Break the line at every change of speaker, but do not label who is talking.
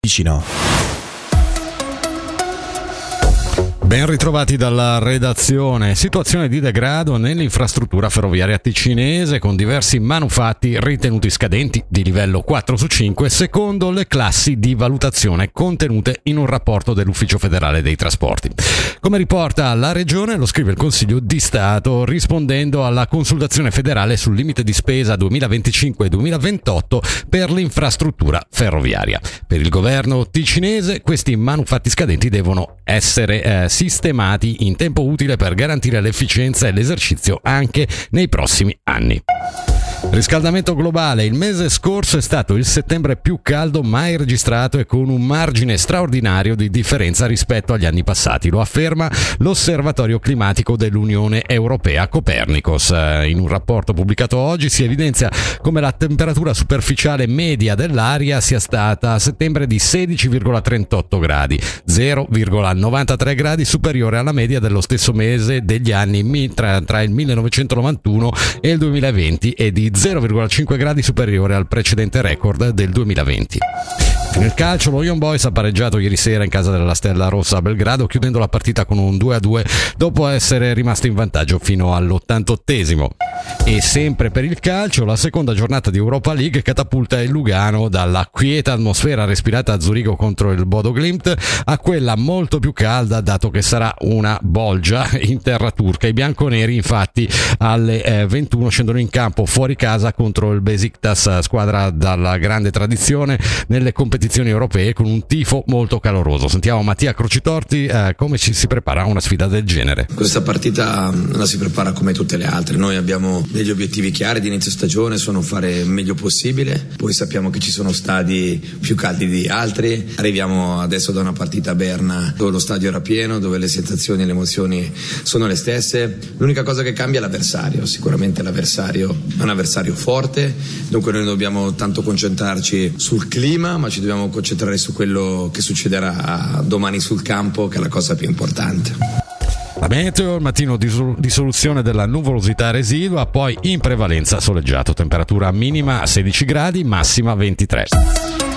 vicino.
Ben ritrovati dalla redazione. Situazione di degrado nell'infrastruttura ferroviaria ticinese con diversi manufatti ritenuti scadenti di livello 4 su 5 secondo le classi di valutazione contenute in un rapporto dell'Ufficio Federale dei Trasporti. Come riporta la Regione, lo scrive il Consiglio di Stato rispondendo alla consultazione federale sul limite di spesa 2025-2028 per l'infrastruttura ferroviaria. Per il governo ticinese questi manufatti scadenti devono essere sistemati in tempo utile per garantire l'efficienza e l'esercizio anche nei prossimi anni. Riscaldamento globale. Il mese scorso è stato il settembre più caldo mai registrato e con un margine straordinario di differenza rispetto agli anni passati. Lo afferma l'Osservatorio Climatico dell'Unione Europea Copernicus. In un rapporto pubblicato oggi si evidenzia come la temperatura superficiale media dell'aria sia stata a settembre di 16,38 gradi, 0,93 gradi superiore alla media dello stesso mese degli anni tra il 1991 e il 2020 e di 0,5 gradi superiore al precedente record del 2020. Nel calcio lo Young Boys ha pareggiato ieri sera in casa della Stella Rossa a Belgrado, chiudendo la partita con un 2-2 dopo essere rimasto in vantaggio fino all'88esimo. E sempre per il calcio, la seconda giornata di Europa League catapulta il Lugano dalla quieta atmosfera respirata a Zurigo contro il Bodo Glimt a quella molto più calda, dato che sarà una bolgia in terra turca. I bianconeri infatti alle 21 scendono in campo fuori casa contro il Besiktas, squadra dalla grande tradizione nelle competizioni europee, con un tifo molto caloroso. Sentiamo Mattia Crocitorti come ci si prepara a una sfida del genere.
Questa partita la si prepara come tutte le altre. Noi abbiamo degli obiettivi chiari di inizio stagione, sono fare il meglio possibile, poi sappiamo che ci sono stadi più caldi di altri. Arriviamo adesso da una partita a Berna dove lo stadio era pieno, dove le sensazioni e le emozioni sono le stesse. L'unica cosa che cambia è l'avversario. Sicuramente l'avversario è un avversario forte, dunque noi dobbiamo tanto concentrarci sul clima, ma ci dobbiamo concentrare su quello che succederà domani sul campo, che è la cosa più importante.
La meteo, il mattino di soluzione della nuvolosità residua, poi in prevalenza soleggiato, temperatura minima 16 gradi, massima 23.